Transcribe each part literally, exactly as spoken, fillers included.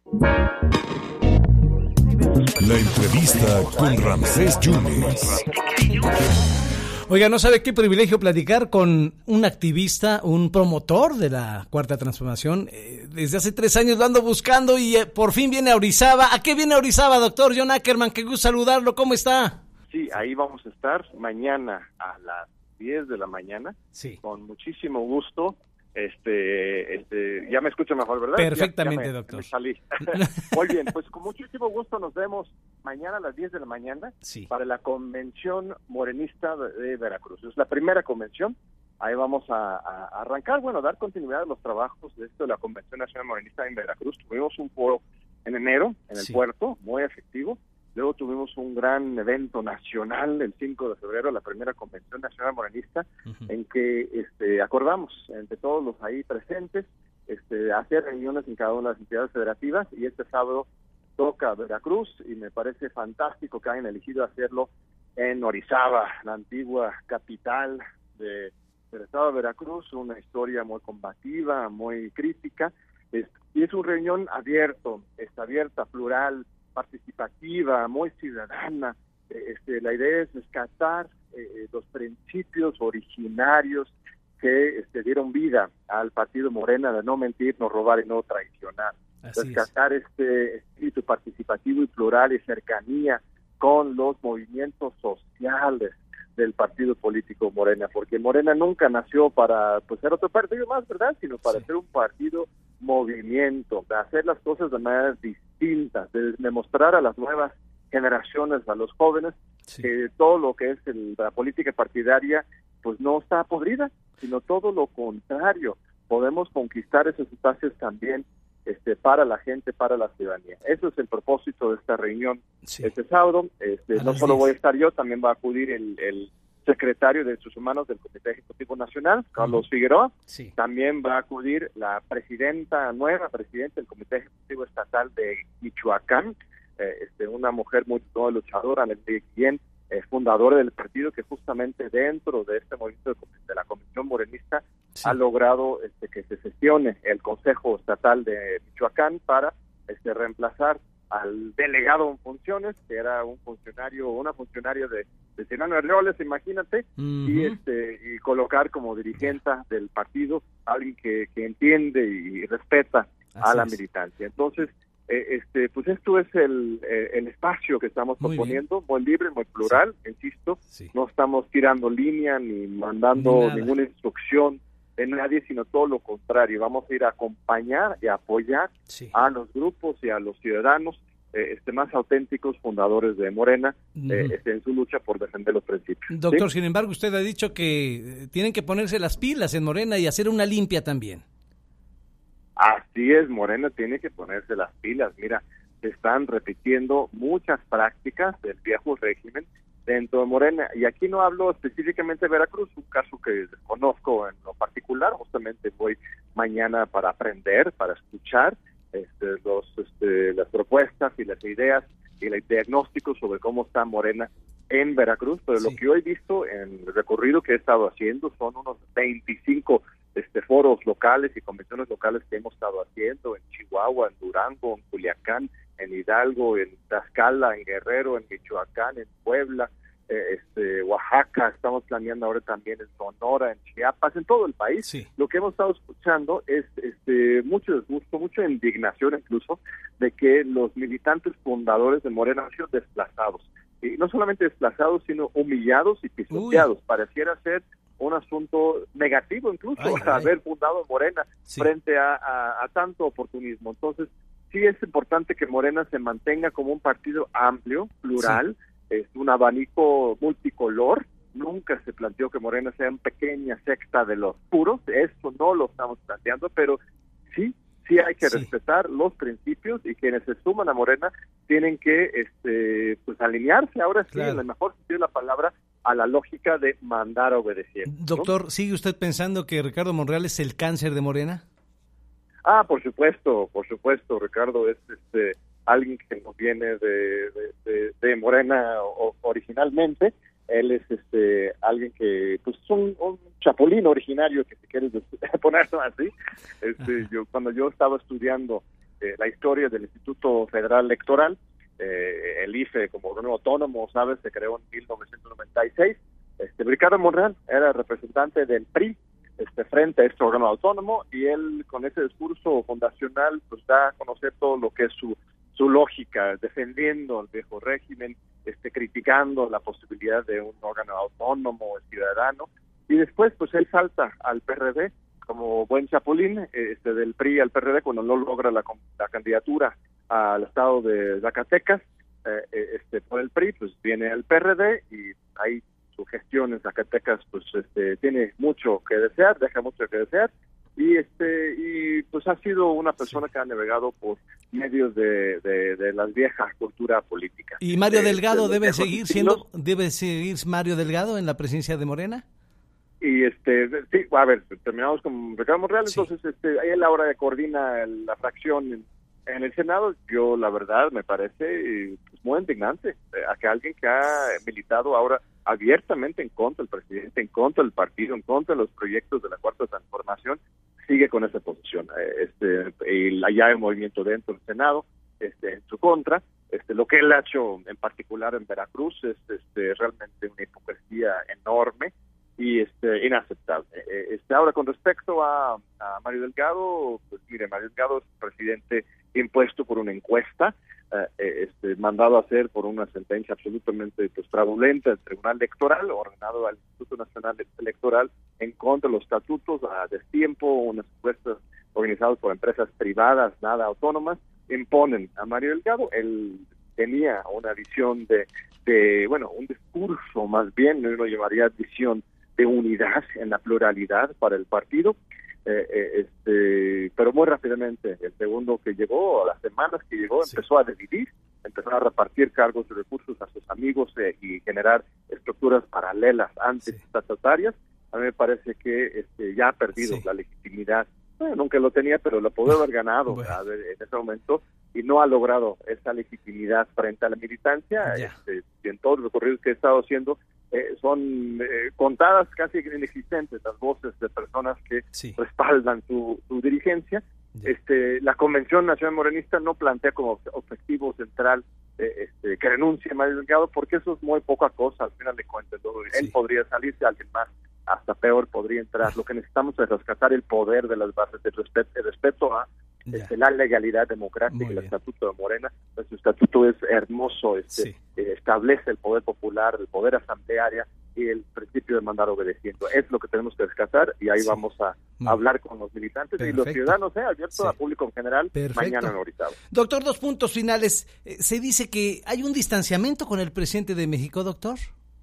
La entrevista con Ramsés Yunes. Oiga, ¿no sabe qué privilegio platicar con un activista, un promotor de la Cuarta Transformación? Eh, desde hace tres años lo ando buscando y eh, por fin viene a Orizaba. ¿A qué viene a Orizaba, doctor John Ackerman? Qué gusto saludarlo. ¿Cómo está? Sí, ahí vamos a estar mañana a las diez de la mañana. Sí. Con muchísimo gusto. Este, este, ya me escucha mejor, ¿verdad? Perfectamente, ya, ya me, doctor. Me salí. Muy bien, pues con muchísimo gusto nos vemos mañana a las diez de la mañana sí. para la Convención Morenista de Veracruz. Es la primera convención. Ahí vamos a, a arrancar, bueno, dar continuidad a los trabajos de esto de la Convención Nacional Morenista en Veracruz. Tuvimos un foro en enero en el sí. puerto, muy efectivo. Luego tuvimos un gran evento nacional el cinco de febrero, la primera Convención Nacional Morenista, uh-huh. en que este, acordamos entre todos los ahí presentes este, hacer reuniones en cada una de las entidades federativas, y este sábado toca Veracruz y me parece fantástico que hayan elegido hacerlo en Orizaba, la antigua capital de, del estado de Veracruz, una historia muy combativa, muy crítica, es, y es una reunión abierto, está abierta, plural, participativa, muy ciudadana. Este, la idea es rescatar eh, los principios originarios que este, dieron vida al partido Morena de no mentir, no robar y no traicionar. Así rescatar es. este espíritu participativo y plural y cercanía con los movimientos sociales del partido político Morena, porque Morena nunca nació para pues ser otro partido más, ¿verdad?, sino para sí. ser un partido movimiento, de hacer las cosas de manera distinta, de demostrar a las nuevas generaciones, a los jóvenes, sí. que todo lo que es el, la política partidaria pues no está podrida, sino todo lo contrario, podemos conquistar esos espacios también este para la gente, para la ciudadanía. Eso es el propósito de esta reunión sí. este sábado. Este, no solo diez. Voy a estar yo, también va a acudir el, el secretario de Derechos Humanos del Comité Ejecutivo Nacional, Carlos uh-huh. Figueroa. Sí. También va a acudir la presidenta, nueva presidenta del Comité Ejecutivo Estatal de Michoacán, eh, este, una mujer muy no, luchadora, quien es fundadora del partido, que justamente dentro de este movimiento de, de la Convención Morenista sí. ha logrado este, que se sesione el Consejo Estatal de Michoacán para este, reemplazar al delegado en funciones, que era un funcionario, una funcionaria de, de Sinaloa Arreoles, imagínate, uh-huh. y este y colocar como dirigente del partido a alguien que, que entiende y respeta Así a la es. militancia. Entonces, eh, este pues esto es el, eh, el espacio que estamos muy proponiendo, bien. muy libre, muy plural, sí. insisto, sí. no estamos tirando línea ni mandando Nada. ninguna instrucción de nadie, sino todo lo contrario. Vamos a ir a acompañar y a apoyar sí. a los grupos y a los ciudadanos eh, este más auténticos fundadores de Morena uh-huh. eh, este, en su lucha por defender los principios. Doctor, ¿sí? sin embargo, usted ha dicho que tienen que ponerse las pilas en Morena y hacer una limpia también. Así es, Morena tiene que ponerse las pilas. Mira, se están repitiendo muchas prácticas del viejo régimen dentro de Morena, y aquí no hablo específicamente de Veracruz, un caso que conozco en lo particular. Justamente voy mañana para aprender, para escuchar este, los, este, las propuestas y las ideas y el diagnóstico sobre cómo está Morena en Veracruz, pero sí. lo que yo he visto en el recorrido que he estado haciendo son unos veinticinco este, foros locales y convenciones locales que hemos estado haciendo en Chihuahua, en Durango, en Culiacán, en Hidalgo, en Tlaxcala, en Guerrero, en Michoacán, en Puebla, eh, este, Oaxaca, estamos planeando ahora también en Sonora, en Chiapas, en todo el país. Sí. Lo que hemos estado escuchando es este, mucho desgusto, mucha indignación incluso, de que los militantes fundadores de Morena han sido desplazados. Y no solamente desplazados, sino humillados y pisoteados. Uy. Pareciera ser un asunto negativo incluso, ay, ay. haber fundado Morena sí. frente a, a, a tanto oportunismo. Entonces, sí es importante que Morena se mantenga como un partido amplio, plural, sí. es un abanico multicolor. Nunca se planteó que Morena sea una pequeña secta de los puros, eso no lo estamos planteando, pero sí, sí hay que sí. respetar los principios, y quienes se suman a Morena tienen que este pues alinearse, ahora sí, claro. en el mejor sentido de la palabra, a la lógica de mandar a obedecer. Doctor, ¿no? ¿Sigue usted pensando que Ricardo Monreal es el cáncer de Morena? Ah, por supuesto, por supuesto, Ricardo es este alguien que no viene de, de, de, de Morena o, originalmente. Él es este alguien que pues es un, un chapulín originario, que si quieres ponerlo así. Este, yo cuando yo estaba estudiando este, la historia del Instituto Federal Electoral. Eh, el I F E como órgano autónomo, ¿sabes? Se creó en mil novecientos noventa y seis. Este, Ricardo Monreal era representante del P R I este, frente a este órgano autónomo, y él con ese discurso fundacional pues da a conocer todo lo que es su, su lógica, defendiendo el viejo régimen, este, criticando la posibilidad de un órgano autónomo, ciudadano, y después pues él salta al P R D como buen chapulín, este, del P R I al P R D cuando no logra la, la candidatura al estado de Zacatecas, eh, este, por el P R I, pues viene al P R D, y ahí su gestión en Zacatecas pues este, tiene mucho que desear, deja mucho que desear, y este y pues ha sido una persona sí. que ha navegado por medios de, de, de las viejas culturas políticas. ¿Y Mario eh, Delgado de debe seguir siendo, estilos. debe seguir Mario Delgado en la presidencia de Morena? Y este, sí, a ver, terminamos con Ricardo Monreal, Sí. entonces este, ahí él ahora coordina la fracción en, en el Senado. Yo, la verdad, me parece pues, muy indignante eh, a que alguien que ha militado ahora abiertamente en contra del presidente, en contra del partido, en contra de los proyectos de la Cuarta Transformación, sigue con esa posición. Eh, este, y allá hay movimiento dentro del Senado, este, en su contra. Este, lo que él ha hecho en particular en Veracruz es este, realmente una hipocresía enorme y este inaceptable. Este ahora con respecto a, a Mario Delgado, pues mire, Mario Delgado es presidente impuesto por una encuesta, eh, este mandado a hacer por una sentencia absolutamente pues, fraudulenta del Tribunal Electoral, ordenado al Instituto Nacional Electoral en contra de los estatutos, a destiempo, unas encuestas organizadas por empresas privadas, nada autónomas, imponen a Mario Delgado. Él tenía una visión de, de bueno, un discurso más bien, no lo llamaría visión de unidad en la pluralidad para el partido, eh, eh, este, pero muy rápidamente, el segundo que llegó, a las semanas que llegó, sí. empezó a dividir, empezó a repartir cargos y recursos a sus amigos eh, y generar estructuras paralelas antiestatutarias. A mí me parece que este, ya ha perdido sí. la legitimidad. Bueno, nunca lo tenía, pero lo podría haber ganado bueno. a ver, en ese momento, y no ha logrado esa legitimidad frente a la militancia. Este, y en todos los recorridos que he estado haciendo, eh, son eh, contadas, casi inexistentes, las voces de personas que sí. respaldan su, su dirigencia. Ya. Este, la Convención Nacional Morenista no plantea como objetivo central eh, este, que renuncie Mario Delgado, porque eso es muy poca cosa, al final de cuentas. ¿no? Sí. Él podría salirse, alguien más, hasta peor, podría entrar. Lo que necesitamos es rescatar el poder de las bases, el respeto, el respeto a este, la legalidad democrática, el estatuto de Morena. Nuestro estatuto es hermoso, este, sí. eh, establece el poder popular, el poder asamblearia y el principio de mandar obedeciendo. Es lo que tenemos que rescatar, y ahí sí. vamos a Muy hablar con los militantes Perfecto. y los ciudadanos, eh, abierto sí. al público en general, Perfecto. mañana en Orizaba. Doctor, dos puntos finales. Eh, se dice que hay un distanciamiento con el presidente de México, doctor.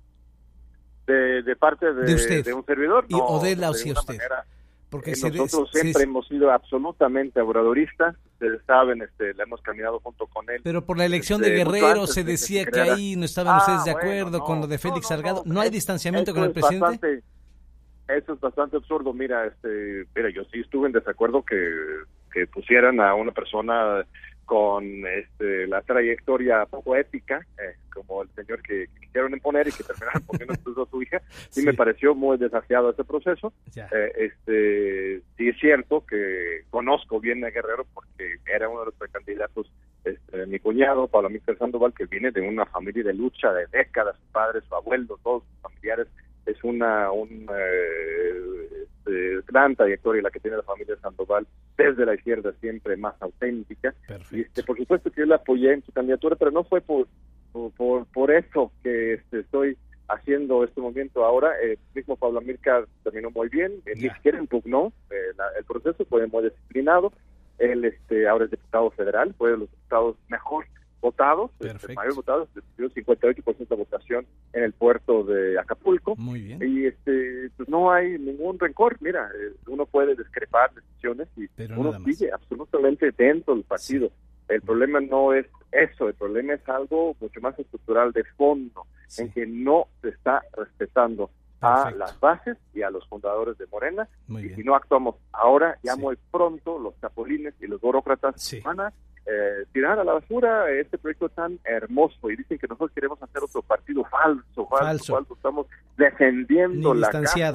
De, de parte de, de, usted. de un servidor, no, y, o de la de usted. Manera, Porque eh, se nosotros de, siempre se, hemos sido absolutamente obradoristas, ustedes saben, este, le hemos caminado junto con él. Pero por la elección este, de Guerrero se decía que, que ahí no estaban ah, ustedes de bueno, acuerdo no, con lo de Félix no, no, Salgado. ¿No, no hay es, distanciamiento con el presidente? Bastante, eso es bastante absurdo. Mira, este, mira, yo sí estuve en desacuerdo que, que pusieran a una persona con este, la trayectoria poco ética, eh, como el señor que, que quisieron imponer y que terminaron poniendo a su hija. Sí, sí me pareció muy desafiado ese proceso. Eh, este sí es cierto que conozco bien a Guerrero porque era uno de los precandidatos, este, mi cuñado, Pablo Míster Sandoval, que viene de una familia de lucha de décadas, su padre, su abuelo, todos sus familiares. Es una un, eh, este, gran trayectoria la que tiene la familia Sandoval, desde la izquierda siempre más auténtica. Y este, por supuesto que yo la apoyé en su candidatura, pero no fue por por, por, por eso que este, estoy haciendo este movimiento ahora. El eh, mismo Pablo Amílcar terminó muy bien, eh, ni siquiera impugnó eh, la, el proceso, fue muy disciplinado. Él este, ahora es diputado federal, fue de los diputados mejor votados, este, mayor votados, dio cincuenta y ocho por ciento de votación en el puerto de Acapulco. Muy bien. Y este pues no hay ningún rencor. Mira, eh, uno puede discrepar decisiones y Pero uno sigue absolutamente dentro del partido. Sí. El problema no es eso, el problema es algo mucho más estructural de fondo, sí. en que no se está respetando Perfecto. a las bases y a los fundadores de Morena. Muy y bien. Si no actuamos ahora, ya sí. muy pronto los chapulines y los burócratas sí. van a Eh, tirar a la basura este proyecto tan hermoso, y dicen que nosotros queremos hacer otro partido falso, falso, falso, falso. Estamos defendiendo la casa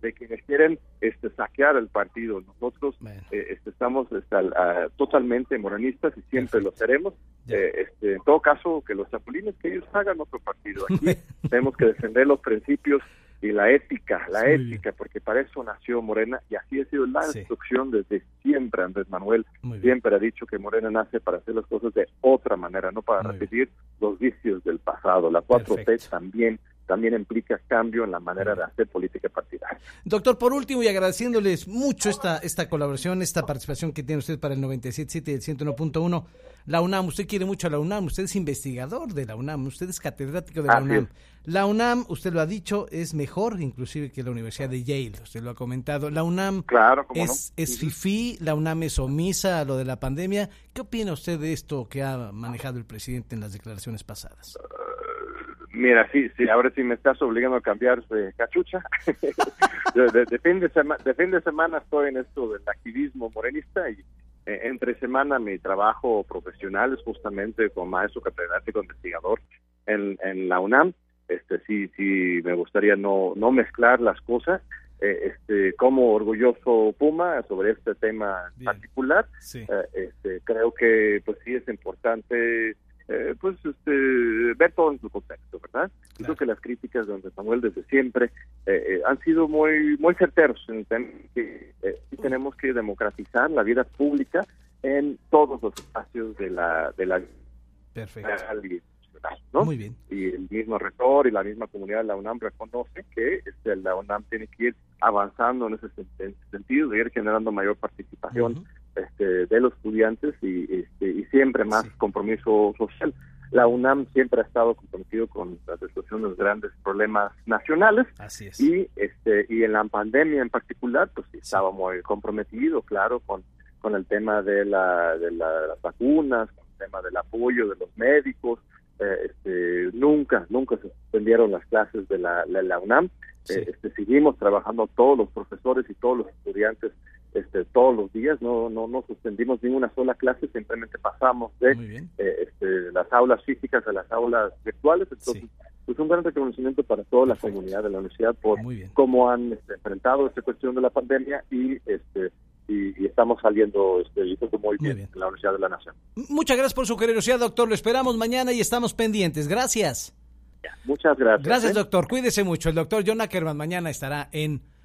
de quienes quieren este, saquear el partido. Nosotros bueno. eh, este, estamos este, uh, totalmente morenistas y siempre Perfecto. Lo seremos. Eh, este, en todo caso, que los chapulines, que ellos hagan otro partido. Aquí tenemos que defender los principios y la ética, la sí, ética, porque para eso nació Morena y así ha sido la sí. instrucción desde siempre. Andrés Manuel siempre ha dicho que Morena nace para hacer las cosas de otra manera, no para muy repetir bien. Los vicios del pasado. La cuatro T también también implica cambio en la manera de hacer política partidaria. Doctor, por último, y agradeciéndoles mucho esta esta colaboración, esta participación que tiene usted para el noventa y siete punto siete y el ciento uno punto uno, la UNAM, usted quiere mucho a la UNAM, usted es investigador de la UNAM, usted es catedrático de la Así UNAM. Es. La UNAM, usted lo ha dicho, es mejor inclusive que la Universidad de Yale, usted lo ha comentado. La UNAM claro, es, no? es fifí, la UNAM es omisa a lo de la pandemia. ¿Qué opina usted de esto que ha manejado el presidente en las declaraciones pasadas? Mira, sí, sí, ahora sí me estás obligando a cambiar de cachucha. de, de, de, fin de, sema, de fin de semana estoy en esto del activismo morenista y eh, entre semana mi trabajo profesional es justamente como maestro catedrático investigador en, en la UNAM. Este sí, sí, me gustaría no no mezclar las cosas. Eh, este, como orgulloso Puma sobre este tema Bien. particular, sí. eh, este, creo que pues sí es importante. Eh, pues este, ver todo en su contexto, ¿verdad? Claro. Yo creo que las críticas de Andrés Manuel desde siempre eh, eh, han sido muy muy certeros en el tema que eh, tenemos que democratizar la vida pública en todos los espacios de la de la Perfecto. ¿no? Muy bien. Y el mismo rector y la misma comunidad de la UNAM reconoce que este, la UNAM tiene que ir avanzando en ese, en ese sentido, de ir generando mayor participación uh-huh. este, de los estudiantes y, este, y siempre más sí. compromiso social. La UNAM siempre ha estado comprometido con la resolución de los grandes problemas nacionales. Así es. Y este y en la pandemia en particular, pues sí, estaba muy comprometido, claro, con con el tema de la de, la, de las vacunas, con el tema del apoyo de los médicos. Eh, este, nunca, nunca se suspendieron las clases de la, la, la UNAM. Sí. Eh, este, seguimos trabajando todos los profesores y todos los estudiantes este, todos los días. No, no, no suspendimos ninguna sola clase, simplemente pasamos de eh, este, las aulas físicas a las aulas virtuales. Entonces, sí. pues un gran reconocimiento para toda la Perfecto. comunidad de la universidad por cómo han este, enfrentado esta cuestión de la pandemia y este Y, y estamos saliendo este, muy, bien muy bien en la Universidad de la Nación. Muchas gracias por su generosidad, doctor. Lo esperamos mañana y estamos pendientes. Gracias. Muchas gracias. Gracias, ¿eh? doctor. Cuídese mucho. El doctor John Ackerman mañana estará en